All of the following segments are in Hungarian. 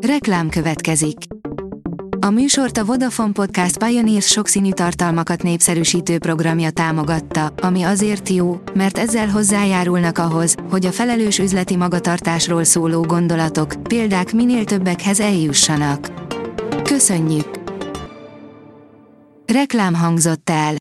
Reklám következik. A műsort a Vodafone Podcast Pioneers sokszínű tartalmakat népszerűsítő programja támogatta, ami azért jó, mert ezzel hozzájárulnak ahhoz, hogy a felelős üzleti magatartásról szóló gondolatok, példák minél többekhez eljussanak. Köszönjük! Reklám hangzott el.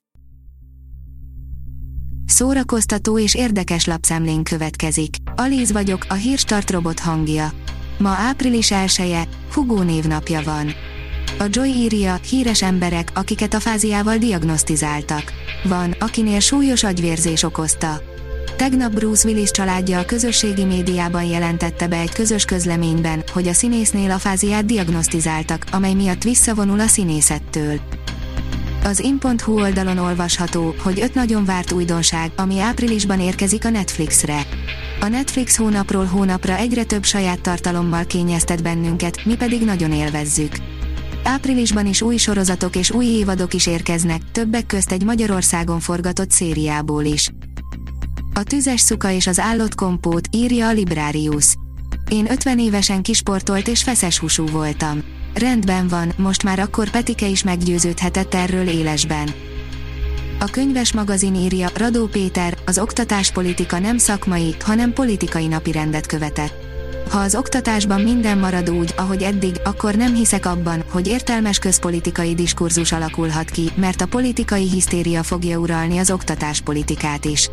Szórakoztató és érdekes lapszemlén következik. Alíz vagyok, a Hírstart robot hangja. Ma április 1-e, Hugó névnapja van. A Joy írja, híres emberek, akiket afáziával diagnosztizáltak. Van, akinél súlyos agyvérzés okozta. Tegnap Bruce Willis családja a közösségi médiában jelentette be egy közös közleményben, hogy a színésznél afáziát diagnosztizáltak, amely miatt visszavonul a színészettől. Az in.hu oldalon olvasható, hogy 5 nagyon várt újdonság, ami áprilisban érkezik a Netflixre. A Netflix hónapról hónapra egyre több saját tartalommal kényeztet bennünket, mi pedig nagyon élvezzük. Áprilisban is új sorozatok és új évadok is érkeznek, többek közt egy Magyarországon forgatott szériából is. A tüzes szuka és az állott kompót, írja a Librarius. Én 50 évesen kisportolt és feszes húsú voltam. Rendben van, most már akkor Petike is meggyőződhetett erről élesben. A könyves magazin írja, Radó Péter, az oktatáspolitika nem szakmai, hanem politikai napirendet követett. Ha az oktatásban minden marad úgy, ahogy eddig, akkor nem hiszek abban, hogy értelmes közpolitikai diskurzus alakulhat ki, mert a politikai hisztéria fogja uralni az oktatáspolitikát is.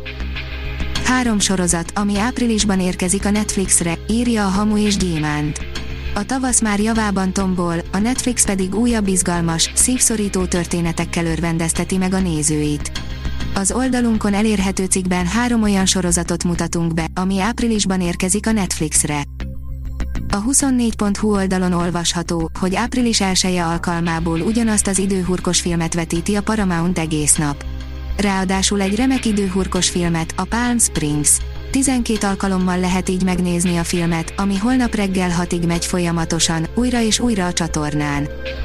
3 sorozat, ami áprilisban érkezik a Netflixre, írja a Hamu és Gyémánt. A tavasz már javában tombol, a Netflix pedig újabb izgalmas, szívszorító történetekkel örvendezteti meg a nézőit. Az oldalunkon elérhető cikkben 3 olyan sorozatot mutatunk be, ami áprilisban érkezik a Netflixre. A 24.hu oldalon olvasható, hogy április 1-e alkalmából ugyanazt az időhurkos filmet vetíti a Paramount egész nap. Ráadásul egy remek időhurkos filmet, a Palm Springs. 12 alkalommal lehet így megnézni a filmet, ami holnap reggel 6-ig megy folyamatosan, újra és újra a csatornán.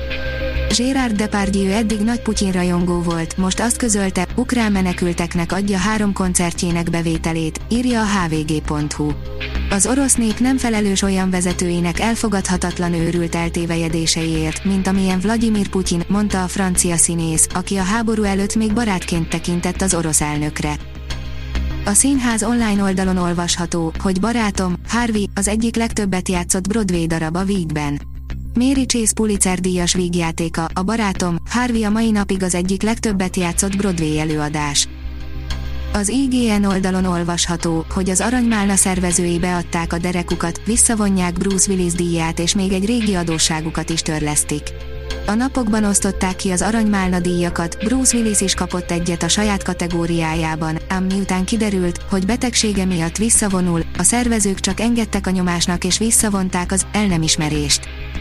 Gérard Depardieu eddig nagy Putyin rajongó volt, most azt közölte, ukrán menekülteknek adja 3 koncertjének bevételét, írja a hvg.hu. Az orosz nép nem felelős olyan vezetőinek elfogadhatatlan őrült eltévejedéseiért, mint amilyen Vladimir Putyin, mondta a francia színész, aki a háború előtt még barátként tekintett az orosz elnökre. A színház online oldalon olvasható, hogy Barátom, Harvey, az egyik legtöbbet játszott Broadway darab a Vígben. Mary Chase Pulitzer-díjas vígjátéka, a Barátom, Harvey a mai napig az egyik legtöbbet játszott Broadway előadás. Az IGN oldalon olvasható, hogy az Aranymálna szervezői beadták a derekukat, visszavonják Bruce Willis díját és még egy régi adósságukat is törlesztik. A napokban osztották ki az Aranymálna díjakat, Bruce Willis is kapott egyet a saját kategóriájában, ám miután kiderült, hogy betegsége miatt visszavonul, a szervezők csak engedtek a nyomásnak és visszavonták az el-nem-ismerést.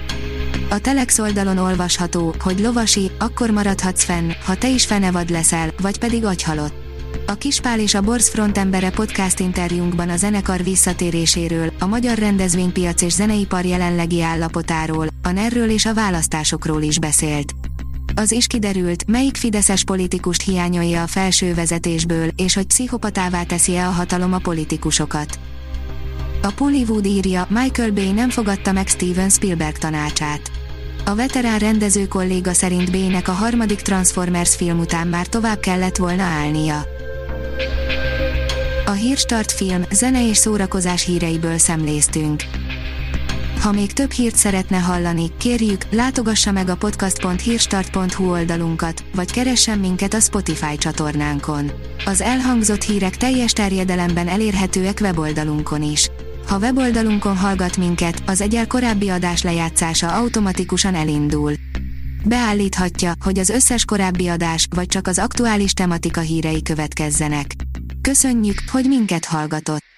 A Telex oldalon olvasható, hogy Lovasi, akkor maradhatsz fenn, ha te is fenevad leszel, vagy pedig agyhalott. A Kispál és a Borz frontembere podcast interjúnkban a zenekar visszatéréséről, a magyar rendezvénypiac és zeneipar jelenlegi állapotáról, a NER-ről és a választásokról is beszélt. Az is kiderült, melyik fideszes politikust hiányolja a felső vezetésből, és hogy pszichopatává teszi-e a hatalom a politikusokat. A Hollywood írja, Michael Bay nem fogadta meg Steven Spielberg tanácsát. A veterán rendező kolléga szerint Baynek a 3. Transformers film után már tovább kellett volna állnia. A Hírstart film, zene és szórakozás híreiből szemléztünk. Ha még több hírt szeretne hallani, kérjük, látogassa meg a podcast.hírstart.hu oldalunkat, vagy keressen minket a Spotify csatornánkon. Az elhangzott hírek teljes terjedelemben elérhetőek weboldalunkon is. Ha weboldalunkon hallgat minket, az egyel korábbi adás lejátszása automatikusan elindul. Beállíthatja, hogy az összes korábbi adás, vagy csak az aktuális tematika hírei következzenek. Köszönjük, hogy minket hallgatott!